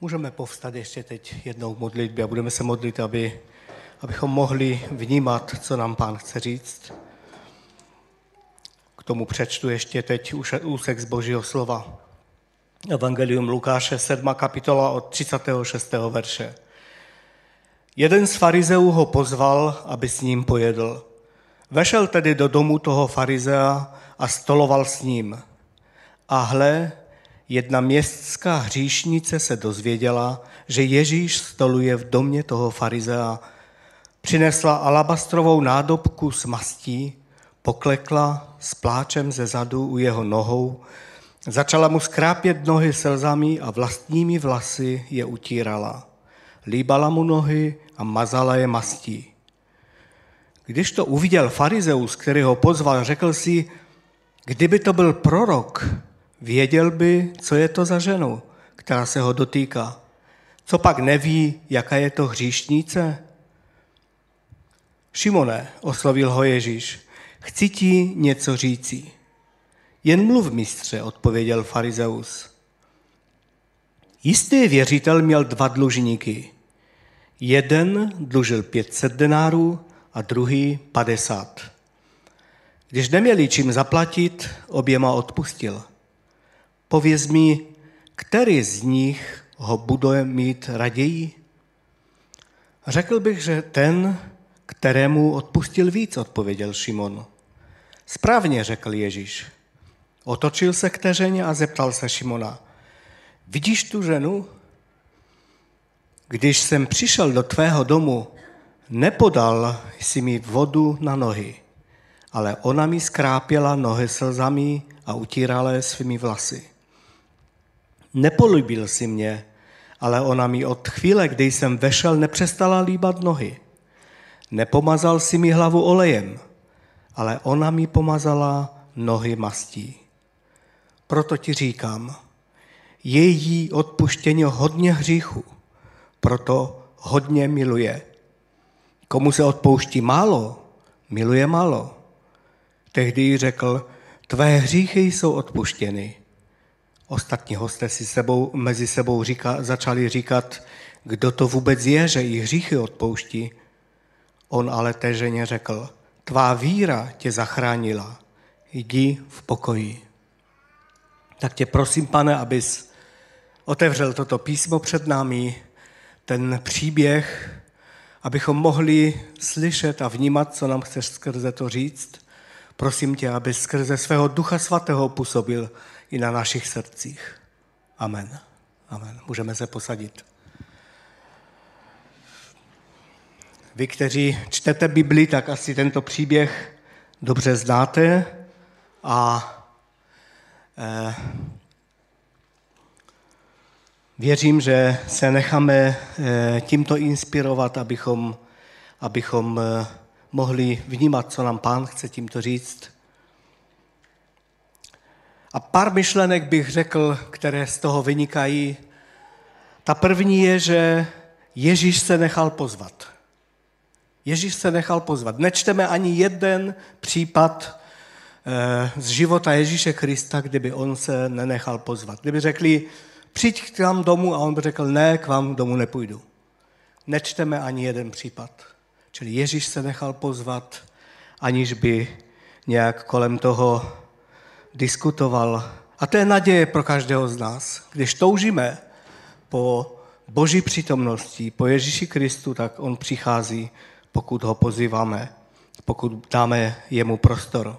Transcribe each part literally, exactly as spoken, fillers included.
Můžeme povstat ještě teď jednou v modlitbě a budeme se modlit, aby, abychom mohli vnímat, co nám Pán chce říct. K tomu přečtu ještě teď úsek z Božího slova. Evangelium Lukáše, sedmá kapitola od třicátého šestého verše. Jeden z farizeů ho pozval, aby s ním pojedl. Vešel tedy do domu toho farizea a stoloval s ním. A hle, jedna městská hříšnice se dozvěděla, že Ježíš stoluje v domě toho farizea. Přinesla alabastrovou nádobku s mastí, poklekla s pláčem ze zadu u jeho nohou, začala mu skrápět nohy slzami a vlastními vlasy je utírala. Líbala mu nohy a mazala je mastí. Když to uviděl farizeus, který ho pozval, řekl si, kdyby to byl prorok, věděl by, co je to za ženu, která se ho dotýká. Co pak neví, jaká je to hříšnice? Šimone, oslovil ho Ježíš, chci ti něco říci. Jen mluv, mistře, odpověděl farizeus. Jistý věřitel měl dva dlužníky. Jeden dlužil pět set denárů a druhý padesát. Když neměli čím zaplatit, oběma odpustil. Pověz mi, který z nich ho bude mít raději? Řekl bych, že ten, kterému odpustil víc, odpověděl Šimon. Správně, řekl Ježíš. Otočil se k té ženě a zeptal se Šimona. Vidíš tu ženu? Když jsem přišel do tvého domu, nepodal jsi mi vodu na nohy, ale ona mi skrápěla nohy slzami a utírala je svými vlasy. Nepolíbil si mě, ale ona mi od chvíle, kdy jsem vešel, nepřestala líbat nohy. Nepomazal si mi hlavu olejem, ale ona mi pomazala nohy mastí. Proto ti říkám, je jí odpuštěno hodně hříchu, proto hodně miluje. Komu se odpouští málo, miluje málo. Tehdy jí řekl, tvé hříchy jsou odpuštěny. Ostatní hosté si sebou, mezi sebou říka, začali říkat, kdo to vůbec je, že jí hříchy odpouští. On ale té ženě řekl, tvá víra tě zachránila, jdi v pokoji. Tak tě prosím, Pane, abys otevřel toto písmo před námi, ten příběh, abychom mohli slyšet a vnímat, co nám chceš skrze to říct. Prosím tě, aby skrze svého Ducha Svatého působil i na našich srdcích. Amen. Amen. Můžeme se posadit. Vy, kteří čtete Bibli, tak asi tento příběh dobře znáte a eh, věřím, že se necháme eh, tímto inspirovat, abychom, abychom eh, mohli vnímat, co nám Pán chce tímto říct. A pár myšlenek bych řekl, které z toho vynikají. Ta první je, že Ježíš se nechal pozvat. Ježíš se nechal pozvat. Nečteme ani jeden případ e, z života Ježíše Krista, kdyby on se nenechal pozvat. Kdyby řekli, přijď k nám domů a on by řekl, ne, k vám domů nepůjdu. Nečteme ani jeden případ. Čili Ježíš se nechal pozvat, aniž by nějak kolem toho diskutoval. A to je naděje pro každého z nás. Když toužíme po Boží přítomnosti, po Ježíši Kristu, tak on přichází, pokud ho pozýváme, pokud dáme jemu prostor.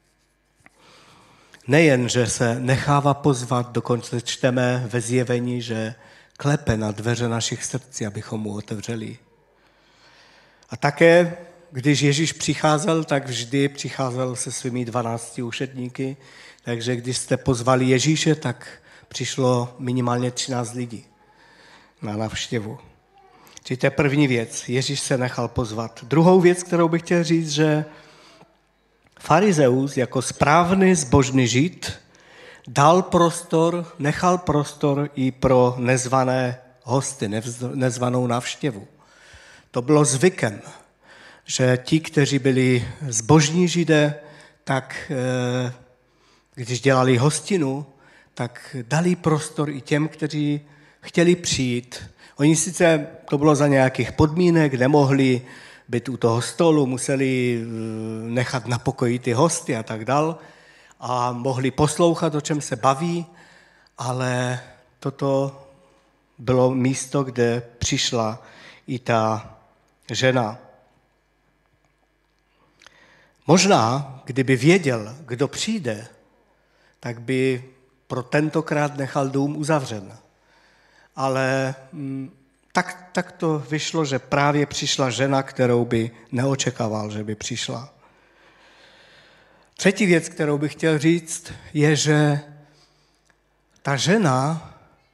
Nejen, že se nechává pozvat, dokonce čteme ve Zjevení, že klepe na dveře našich srdcí, abychom mu otevřeli. A také, když Ježíš přicházel, tak vždy přicházel se svými dvanácti učedníky, takže když jste pozvali Ježíše, tak přišlo minimálně třináct lidí na návštěvu. Čili to je první věc. Ježíš se nechal pozvat. Druhou věc, kterou bych chtěl říct, že farizeus jako správný zbožný žid dal prostor, nechal prostor i pro nezvané hosty, nezvanou návštěvu. To bylo zvykem, že ti, kteří byli zbožní židé, tak když dělali hostinu, tak dali prostor i těm, kteří chtěli přijít. Oni sice, to bylo za nějakých podmínek, nemohli být u toho stolu, museli nechat na pokoji ty hosty a tak dál a mohli poslouchat, o čem se baví, ale toto bylo místo, kde přišla i ta žena. Možná, kdyby věděl, kdo přijde, tak by pro tentokrát nechal dům uzavřen. Ale tak, tak to vyšlo, že právě přišla žena, kterou by neočekával, že by přišla. Třetí věc, kterou bych chtěl říct, je, že ta žena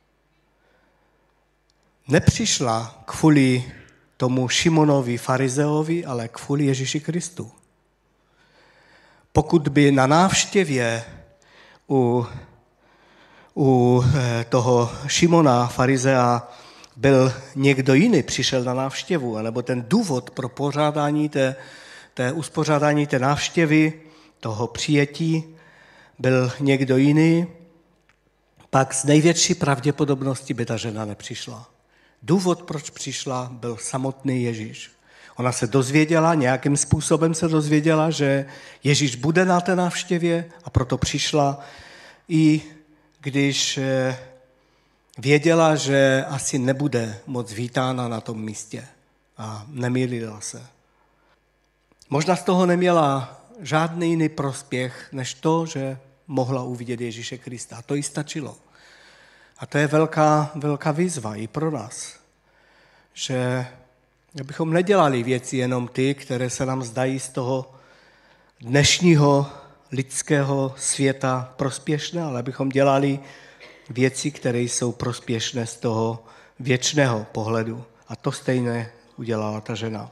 nepřišla kvůli tomu Šimonovi farizeovi, ale kvůli Ježíši Kristu. Pokud by na návštěvě u, u toho Šimona farizea byl někdo jiný, přišel na návštěvu, anebo ten důvod pro pořádání té, té uspořádání té návštěvy, toho přijetí, byl někdo jiný, pak z největší pravděpodobnosti by ta žena nepřišla. Důvod, proč přišla, byl samotný Ježíš. Ona se dozvěděla, nějakým způsobem se dozvěděla, že Ježíš bude na té návštěvě a proto přišla, i když věděla, že asi nebude moc vítána na tom místě a nemýlila se. Možná z toho neměla žádný jiný prospěch, než to, že mohla uvidět Ježíše Krista. A to jí stačilo. A to je velká, velká výzva i pro nás, že abychom nedělali věci jenom ty, které se nám zdají z toho dnešního lidského světa prospěšné, ale abychom dělali věci, které jsou prospěšné z toho věčného pohledu. A to stejné udělala ta žena.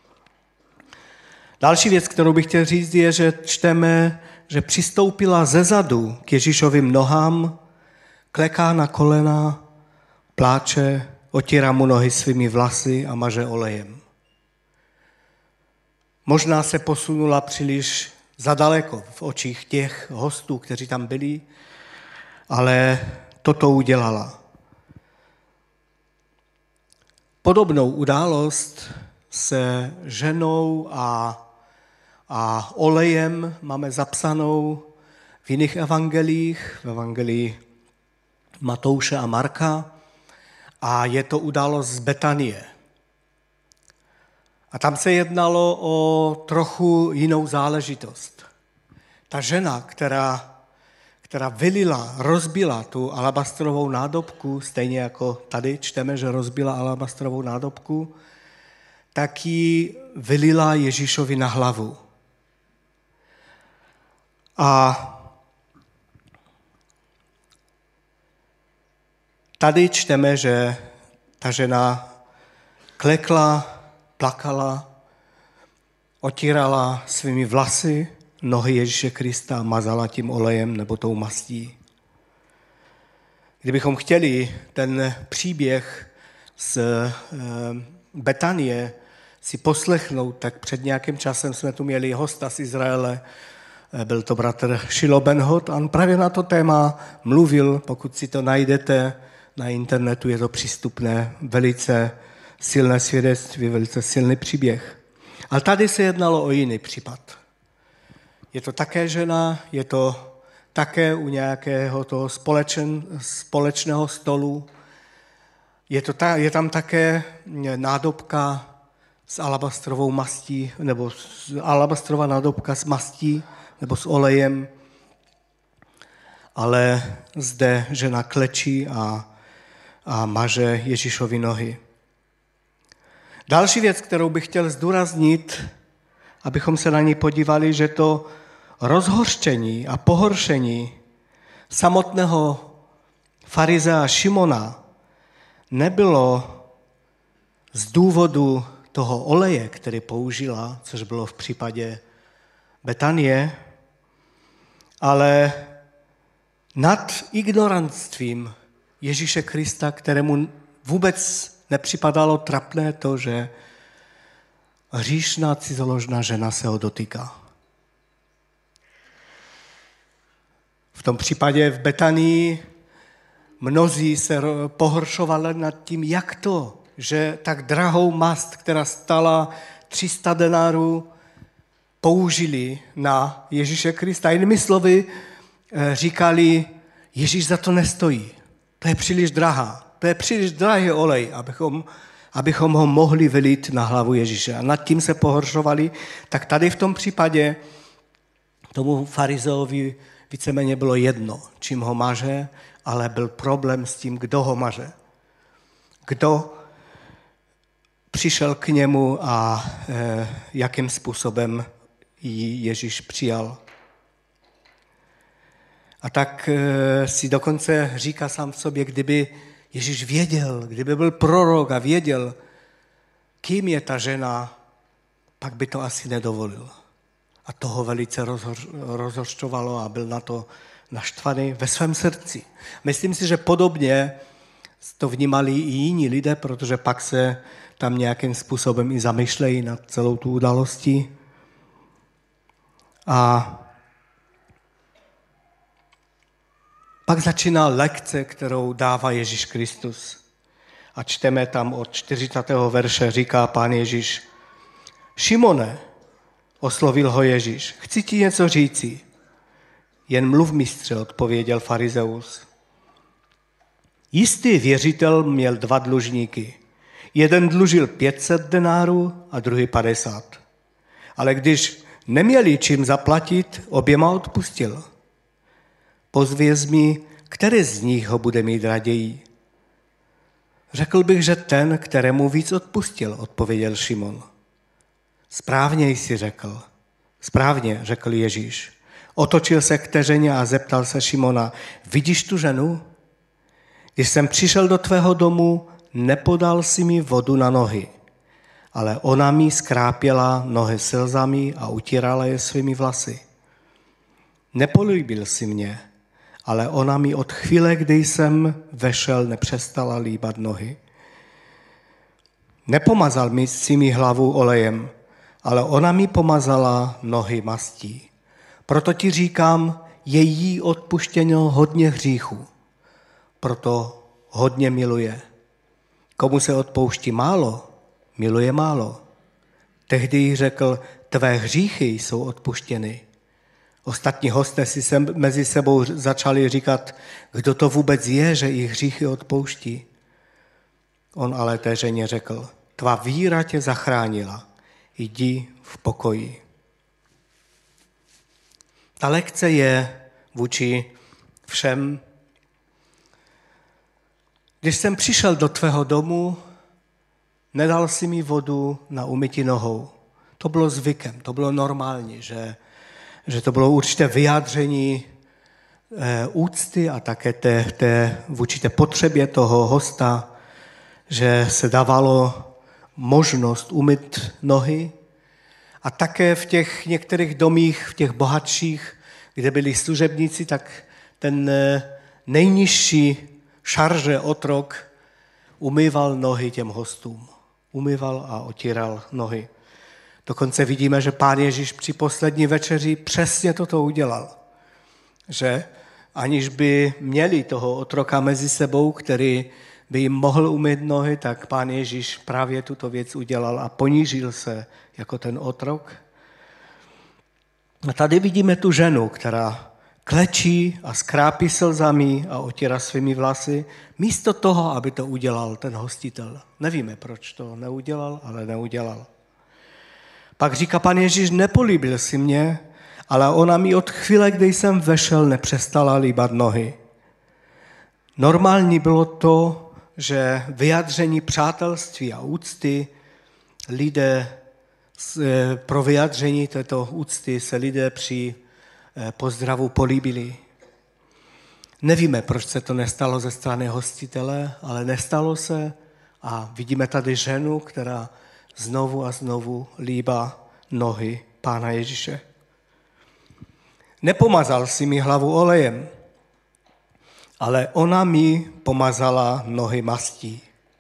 Další věc, kterou bych chtěl říct, je, že čteme, že přistoupila zezadu k Ježíšovým nohám, kleká na kolena, pláče, otírá mu nohy svými vlasy a maže olejem. Možná se posunula příliš zadaleko v očích těch hostů, kteří tam byli, ale toto udělala. Podobnou událost se ženou a, a olejem máme zapsanou v jiných evangelích, v evangelii Matouše a Marka, a je to událost z Betanie. A tam se jednalo o trochu jinou záležitost. Ta žena, která, která vylila, rozbila tu alabastrovou nádobku, stejně jako tady čteme, že rozbila alabastrovou nádobku, tak ji vylila Ježíšovi na hlavu. A tady čteme, že ta žena klekla, plakala, otírala svými vlasy nohy Ježíše Krista a mazala tím olejem nebo tou mastí. Kdybychom chtěli ten příběh z Betanie si poslechnout, tak před nějakým časem jsme tu měli hosta z Izraele, byl to bratr Šilo Benhot, a on právě na to téma mluvil, pokud si to najdete na internetu, je to přístupné, velice silné svědectví, velice silný příběh. Ale tady se jednalo o jiný případ. Je to také žena, je to také u nějakého toho společen, společného stolu, je, to ta, je tam také nádobka s alabastrovou mastí, nebo alabastrová nádobka s mastí, nebo s olejem, ale zde žena klečí a, a maže Ježíšovi nohy. Další věc, kterou bych chtěl zdůraznit, abychom se na ní podívali, že to rozhořčení a pohoršení samotného farizea Šimona nebylo z důvodu toho oleje, který použila, což bylo v případě Betanie, ale nad ignorantstvím Ježíše Krista, kterému vůbec nepřipadalo trapné to, že hříšná cizoložná žena se ho dotýká. V tom případě v Betanii mnozí se pohoršovali nad tím, jak to, že tak drahou mast, která stala tři sta denárů, použili na Ježíše Krista. Jinými slovy říkali, Ježíš za to nestojí. To je příliš drahá. To je příliš drahý olej, abychom, abychom ho mohli vylít na hlavu Ježíše. A nad tím se pohoršovali. Tak tady v tom případě tomu farizeovi víceméně bylo jedno, čím ho maže, ale byl problém s tím, kdo ho maže. Kdo přišel k němu a e, jakým způsobem ji Ježíš přijal. A tak e, si dokonce říká sám v sobě, kdyby Ježíš věděl, kdyby byl prorok a věděl, kým je ta žena, pak by to asi nedovolil. A toho velice rozhořčovalo a byl na to naštvaný ve svém srdci. Myslím si, že podobně to vnímali i jiní lidé, protože pak se tam nějakým způsobem i zamýšlejí nad celou tu událostí. A pak začíná lekce, kterou dává Ježíš Kristus. A čteme tam od čtyřicátého verše, říká pán Ježíš: Šimone, oslovil ho Ježíš, chci ti něco říci. Jen mluv, mistře, odpověděl farizeus. Jistý věřitel měl dva dlužníky. Jeden dlužil pět set denárů a druhý padesát. Ale když neměli čím zaplatit, oběma odpustil. Pozvěz mi, který z nich ho bude mít raději. Řekl bych, že ten, kterému víc odpustil, odpověděl Šimon. Správně jsi řekl. Správně, řekl Ježíš. Otočil se k té ženě a zeptal se Šimona, vidíš tu ženu? Když jsem přišel do tvého domu, nepodal si mi vodu na nohy, ale ona mi skrápěla nohy slzami a utírala je svými vlasy. Nepolíbil si mě, ale ona mi od chvíle, kdy jsem vešel, nepřestala líbat nohy. Nepomazal mi si mi hlavu olejem, ale ona mi pomazala nohy mastí. Proto ti říkám, je jí odpuštěno hodně hříchů, proto hodně miluje. Komu se odpouští málo, miluje málo. Tehdy jí řekl, tvé hříchy jsou odpuštěny. Ostatní hosté si se mezi sebou začali říkat, kdo to vůbec je, že jí hříchy odpouští. On ale té ženě řekl, tvá víra tě zachránila, jdi v pokoji. Ta lekce je vůči všem. Když jsem přišel do tvého domu, nedal si mi vodu na umytí nohou. To bylo zvykem, to bylo normální, že, že to bylo určité vyjádření e, úcty a také té, té, vůči té potřebě toho hosta, že se dávalo možnost umyt nohy. A také v těch některých domích, v těch bohatších, kde byli služebníci, tak ten nejnižší šarže otrok umýval nohy těm hostům. Umýval a otíral nohy. Dokonce vidíme, že pán Ježíš při poslední večeři přesně toto udělal. Že aniž by měli toho otroka mezi sebou, který by jim mohl umýt nohy, tak pán Ježíš právě tuto věc udělal a ponížil se jako ten otrok. A tady vidíme tu ženu, která klečí a skrápí slzami a otírá svými vlasy, místo toho, aby to udělal ten hostitel. Nevíme, proč to neudělal, ale neudělal. Pak říká pán Ježíš, nepolíbil si mě, ale ona mi od chvíle, kdy jsem vešel, nepřestala líbat nohy. Normální bylo to, že vyjádření přátelství a úcty lidé, pro vyjádření této úcty se lidé při pozdravu políbili. Nevíme, proč se to nestalo ze strany hostitele, ale nestalo se a vidíme tady ženu, která znovu a znovu líbá nohy pána Ježíše. Nepomazal si mi hlavu olejem, ale ona mi pomazala nohy mastí.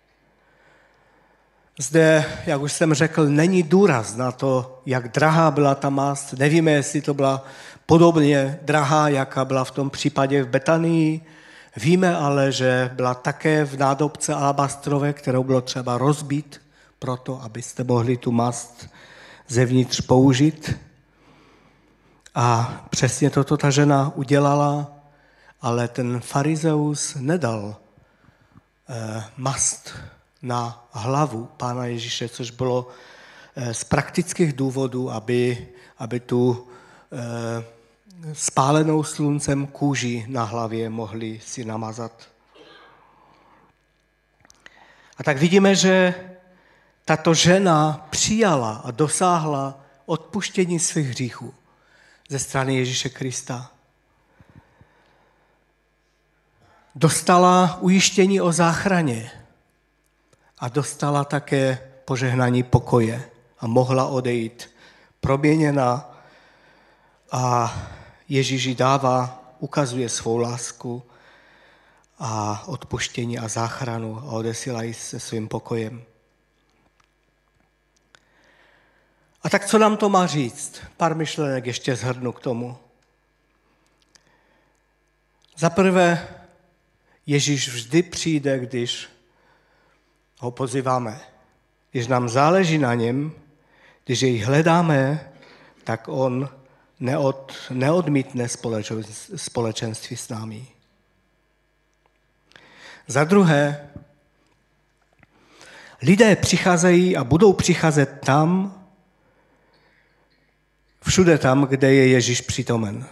Zde, jak už jsem řekl, není důraz na to, jak drahá byla ta mast. Nevíme, jestli to byla podobně drahá, jaká byla v tom případě v Betanii, Víme ale, že byla také v nádobce alabastrové, kterou bylo třeba rozbít proto, abyste mohli tu mast zevnitř použít. A přesně toto ta žena udělala, ale ten farizeus nedal eh, mast na hlavu Pána Ježíše, což bylo eh, z praktických důvodů, aby, aby tu eh, spálenou sluncem kůži na hlavě mohli si namazat. A tak vidíme, že tato žena přijala a dosáhla odpuštění svých hříchů ze strany Ježíše Krista. Dostala ujištění o záchraně a dostala také požehnání pokoje a mohla odejít proměněna a Ježíš jí dává, ukazuje svou lásku a odpuštění a záchranu a odesílá ji se svým pokojem. A tak co nám to má říct? Pár myšlenek ještě shrnu k tomu. Za prvé, Ježíš vždy přijde, když ho pozýváme. Když nám záleží na něm, když jej hledáme, tak on neod, neodmítne společenství s námi. Za druhé, lidé přicházejí a budou přicházet tam, všude tam, kde je Ježíš přítomen.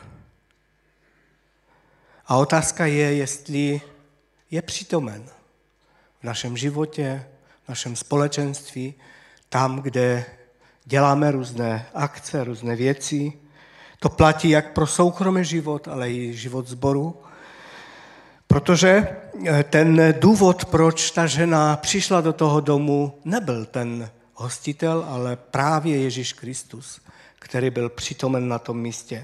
A otázka je, jestli je přítomen v našem životě, v našem společenství, tam, kde děláme různé akce, různé věci. To platí jak pro soukromý život, ale i život sboru. Protože ten důvod, proč ta žena přišla do toho domu, nebyl ten hostitel, ale právě Ježíš Kristus, který byl přítomen na tom místě.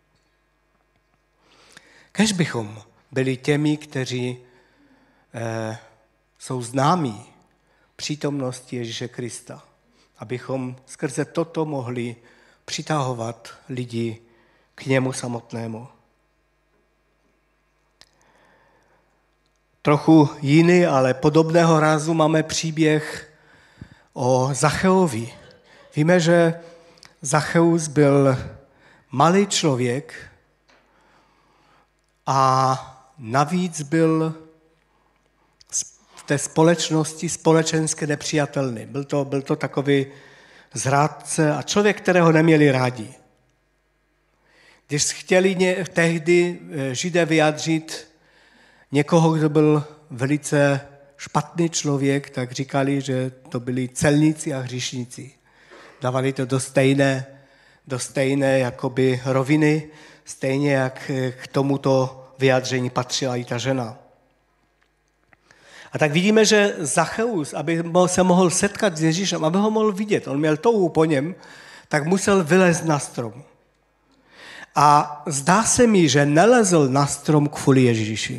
Kéž bychom byli těmi, kteří eh, jsou známí přítomnosti Ježíše Krista, abychom skrze toto mohli přitahovat lidi k němu samotnému. Trochu jiný, ale podobného rázu máme příběh o Zacheovi. Víme, že Zacheus byl malý člověk a navíc byl v té společnosti společensky nepřijatelný. Byl to, byl to takový zrádce a člověk, kterého neměli rádi. Když chtěli ně, tehdy Židé vyjádřit někoho, kdo byl velice špatný člověk, tak říkali, že to byli celníci a hříšníci. Dávali to do stejné, do stejné jakoby roviny, stejně jak k tomuto vyjádření patřila i ta žena. A tak vidíme, že Zacheus, aby se mohl setkat s Ježíšem, aby ho mohl vidět, on měl touhu po něm, tak musel vylézt na strom. A zdá se mi, že nelezl na strom kvůli Ježíši.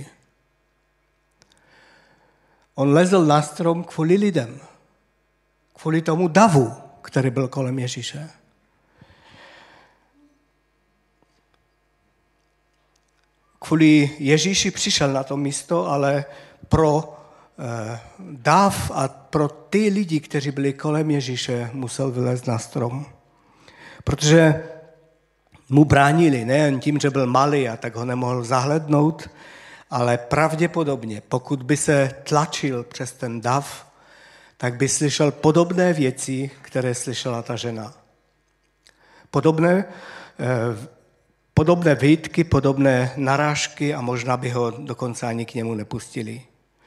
On lezl na strom kvůli lidem, kvůli tomu davu, který byl kolem Ježíše. Kvůli Ježíši přišel na to místo, ale pro eh, dav a pro ty lidi, kteří byli kolem Ježíše, musel vylézt na strom. Protože mu bránili, nejen tím, že byl malý a tak ho nemohl zahlednout, ale pravděpodobně, pokud by se tlačil přes ten dav, tak by slyšel podobné věci, které slyšela ta žena. Podobné, eh, podobné výtky, podobné narážky a možná by ho dokonce ani k němu nepustili.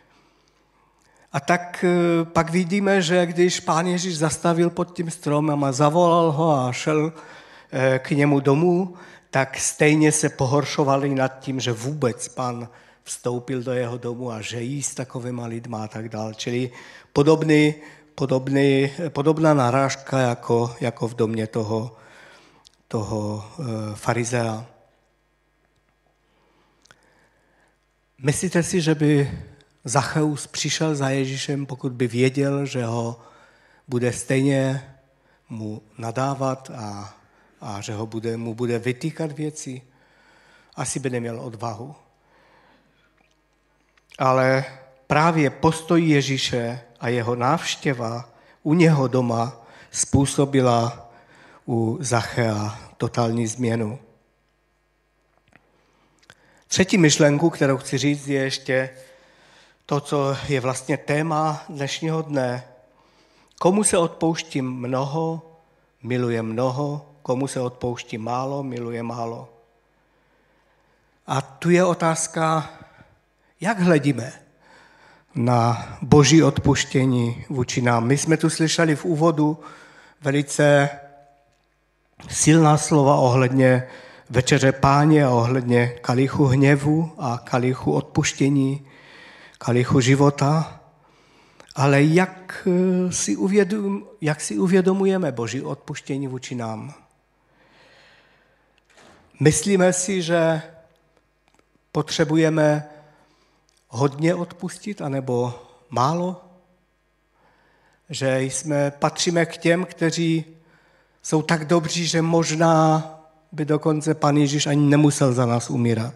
A tak eh, pak vidíme, že když Pán Ježíš zastavil pod tím stromem a zavolal ho a šel eh, k němu domů, tak stejně se pohoršovali nad tím, že vůbec Pán vstoupil do jeho domu a že jí s takovýma lidma a tak dál. Čili podobný, podobný, podobná narážka jako, jako v domě toho, toho e, farizea. Myslíte si, že by Zacheus přišel za Ježíšem, pokud by věděl, že ho bude stejně mu nadávat a, a že ho bude, mu bude vytýkat věci? Asi by neměl odvahu. ale právě postoj Ježíše a jeho návštěva u něho doma způsobila u Zachea totální změnu. Třetí myšlenku, kterou chci říct, je ještě to, co je vlastně téma dnešního dne. Komu se odpouští mnoho, miluje mnoho, komu se odpouští málo, miluje málo. A tu je otázka, jak hledíme na boží odpuštění vůči nám. My jsme tu slyšeli v úvodu velice silná slova ohledně večeře Páně a ohledně kalichu hněvu a kalichu odpuštění, kalichu života. Ale jak si, uvědom, jak si uvědomujeme boží odpuštění vůči nám? Myslíme si, že potřebujeme hodně odpustit, anebo málo? Že jsme, patříme k těm, kteří jsou tak dobří, že možná by dokonce Pan Ježíš ani nemusel za nás umírat.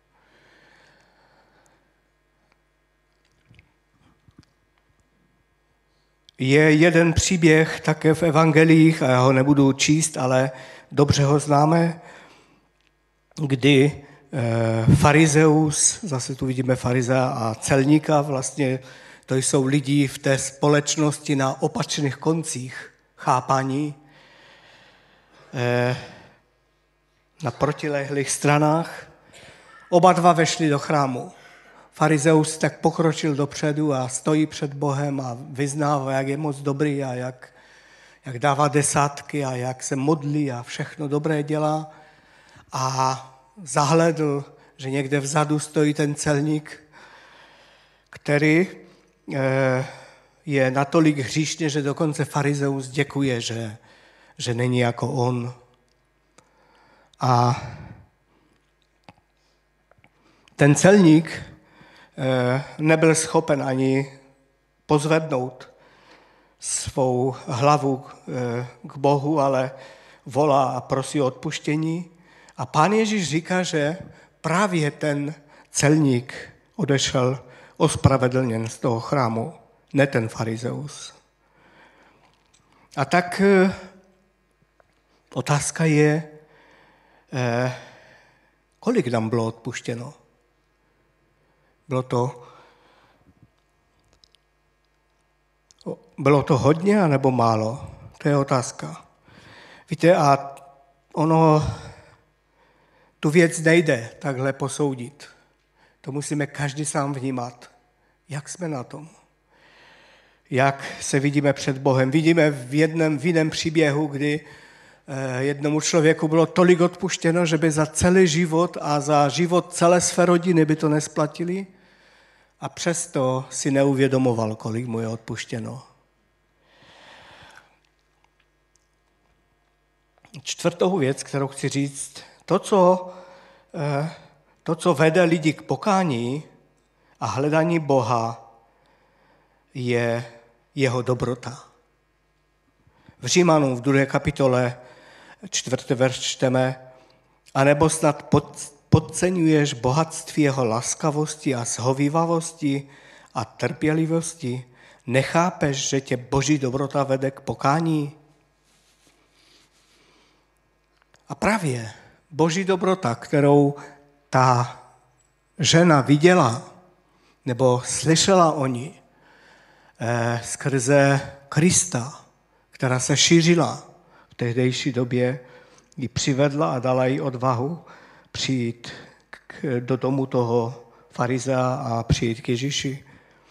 Je jeden příběh také v evangelích, a já ho nebudu číst, ale dobře ho známe, kdy farizeus, zase tu vidíme farizea a celníka, vlastně to jsou lidi v té společnosti na opačných koncích chápání, na protilehlých stranách. Oba dva vešli do chrámu. Farizeus tak pokročil dopředu a stojí před Bohem a vyznává, jak je moc dobrý a jak, jak dává desátky a jak se modlí a všechno dobré dělá. A zahledl, že někde vzadu stojí ten celník, který je natolik hříšný, že dokonce farizeus děkuje, že, že není jako on. A ten celník nebyl schopen ani pozvednout svou hlavu k Bohu, ale volá a prosí o odpuštění. A Pán Ježíš říká, že právě ten celník odešel ospravedlněn z toho chrámu, ne ten farizeus. A tak otázka je, kolik nám bylo odpuštěno? Bylo to, bylo to hodně, anebo málo? To je otázka. Víte, a ono, tu věc nejde takhle posoudit. To musíme každý sám vnímat. Jak jsme na tom? Jak se vidíme před Bohem? Vidíme v jednom v jiném příběhu, kdy jednomu člověku bylo tolik odpuštěno, že by za celý život a za život celé své rodiny by to nesplatili a přesto si neuvědomoval, kolik mu je odpuštěno. Čtvrtou věc, kterou chci říct, to, co, to, co vede lidi k pokání a hledání Boha, je jeho dobrota. V Římanům v druhé kapitole čtvrtý verš čteme, anebo snad pod, podceňuješ bohatství jeho laskavosti a shovívavosti a trpělivosti, nechápeš, že tě Boží dobrota vede k pokání? A právě Boží dobrota, kterou ta žena viděla nebo slyšela o ní eh, skrze Krista, která se šířila v tehdejší době, ji přivedla a dala jí odvahu přijít k, do domu toho farizea a přijít k Ježíši.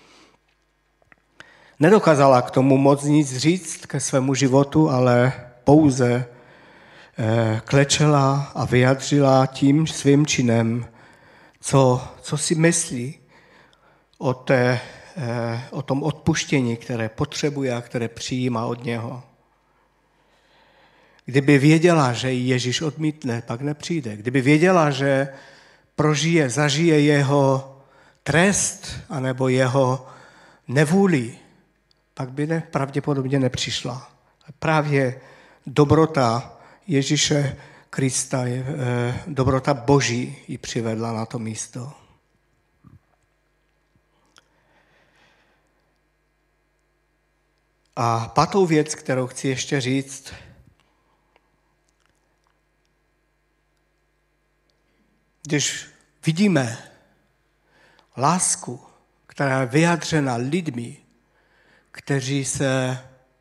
Nedokázala k tomu moc nic říct ke svému životu, ale pouze eh, klečela a vyjadřila tím svým činem, co, co si myslí o, té, eh, o tom odpuštění, které potřebuje a které přijímá od něho. Kdyby věděla, že ji Ježíš odmítne, pak nepřijde. Kdyby věděla, že prožije, zažije jeho trest anebo jeho nevůli, pak by ne, pravděpodobně nepřišla. Právě dobrota Ježíše Krista, je, eh, dobrota Boží ji přivedla na to místo. A pátou věc, kterou chci ještě říct, když vidíme lásku, která je vyjádřena lidmi, kteří se,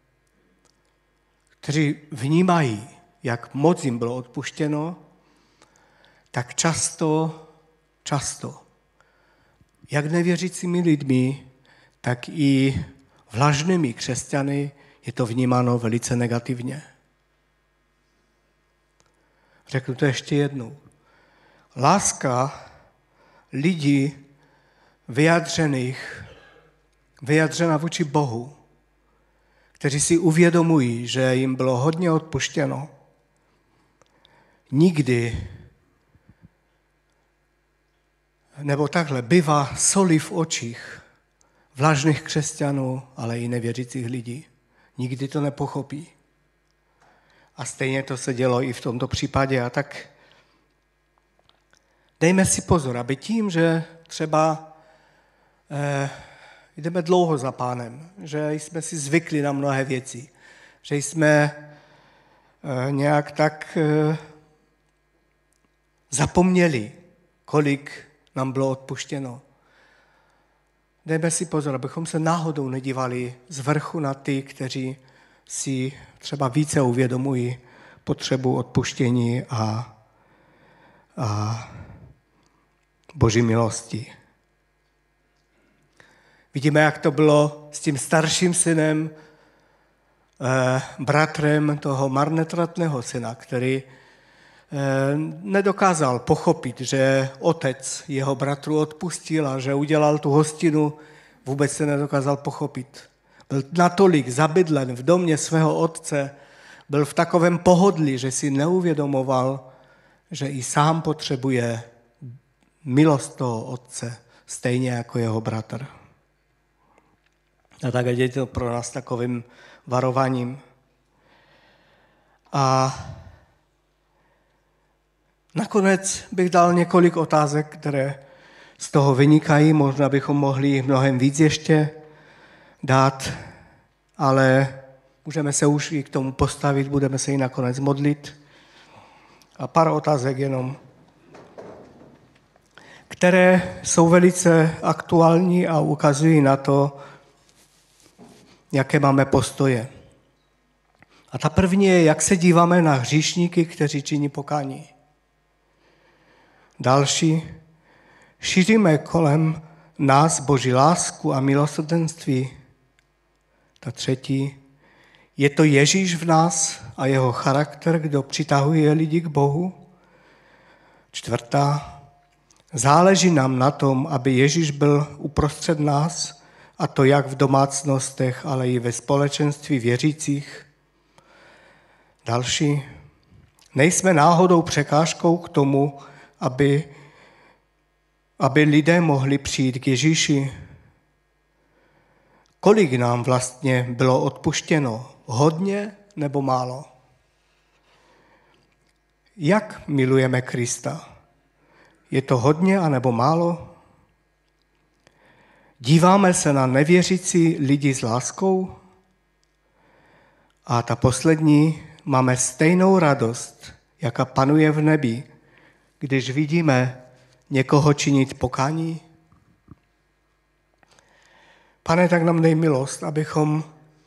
kteří vnímají, jak moc jim bylo odpuštěno, tak často, často, jak nevěřícími lidmi, tak i vlažnými křesťany je to vnímáno velice negativně. Řeknu to ještě jednou. Láska lidí vyjádřených, vyjádřena vůči Bohu, kteří si uvědomují, že jim bylo hodně odpuštěno, nikdy, nebo takhle, bývá soli v očích vlažných křesťanů, ale i nevěřících lidí. Nikdy to nepochopí. A stejně to se dělo i v tomto případě. A tak dejme si pozor, aby tím, že třeba eh, jdeme dlouho za Pánem, že jsme si zvykli na mnohé věci, že jsme eh, nějak tak eh, zapomněli, kolik nám bylo odpuštěno. Dejme si pozor, abychom se náhodou nedívali z vrchu na ty, kteří si třeba více uvědomují potřebu odpuštění a, a Boží milosti. Vidíme, jak to bylo s tím starším synem, eh, bratrem toho marnotratného syna, který eh, nedokázal pochopit, že otec jeho bratru odpustil a že udělal tu hostinu, vůbec se nedokázal pochopit. Byl natolik zabydlen v domě svého otce, byl v takovém pohodlí, že si neuvědomoval, že i sám potřebuje milost toho otce, stejně jako jeho bratr. A tak je to pro nás takovým varováním. A nakonec bych dal několik otázek, které z toho vynikají. Možná bychom mohli mnohem víc ještě dát, ale můžeme se už i k tomu postavit, budeme se i nakonec modlit. A pár otázek jenom, které jsou velice aktuální a ukazují na to, jaké máme postoje. A ta první je, jak se díváme na hříšníky, kteří činí pokání. Další, šíříme kolem nás Boží lásku a milosrdenství. Ta třetí, je to Ježíš v nás a jeho charakter, kdo přitahuje lidi k Bohu. Čtvrtá, záleží nám na tom, aby Ježíš byl uprostřed nás, a to jak v domácnostech, ale i ve společenství věřících. Další, nejsme náhodou překážkou k tomu, aby, aby lidé mohli přijít k Ježíši. Kolik nám vlastně bylo odpuštěno? Hodně nebo málo? Jak milujeme Krista? Je to hodně anebo málo? Díváme se na nevěřící lidi s láskou? A ta poslední, máme stejnou radost, jaká panuje v nebi, když vidíme někoho činit pokání? Pane, tak nám dej milost, abychom,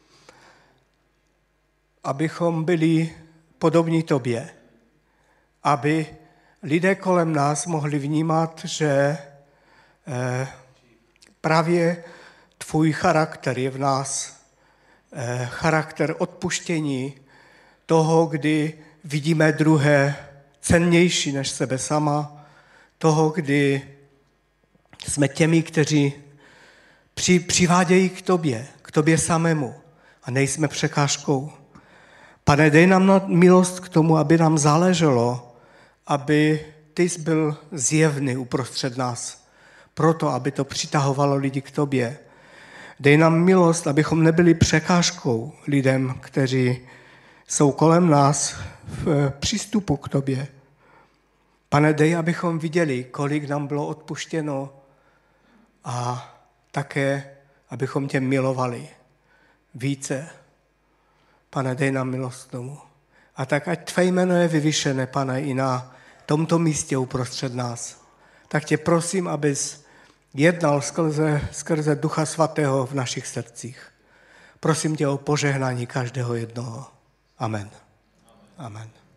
abychom byli podobní tobě, aby lidé kolem nás mohli vnímat, že eh, právě tvůj charakter je v nás, eh, charakter odpuštění, toho, kdy vidíme druhé cennější než sebe sama, toho, kdy jsme těmi, kteří při, přivádějí k tobě, k tobě samému a nejsme překážkou. Pane, dej nám milost k tomu, aby nám záleželo, aby ty jsi byl zjevný uprostřed nás, proto, aby to přitahovalo lidi k tobě. Dej nám milost, abychom nebyli překážkou lidem, kteří jsou kolem nás v přístupu k tobě. Pane, dej, abychom viděli, kolik nám bylo odpuštěno a také, abychom tě milovali. více. Pane, dej nám milost tomu. A tak ať tvé jméno je vyvyšené, Pane, i na tomto místě uprostřed nás. Tak tě prosím, abys jednal skrze, skrze Ducha Svatého v našich srdcích. Prosím tě o požehnání každého jednoho. Amen. Amen.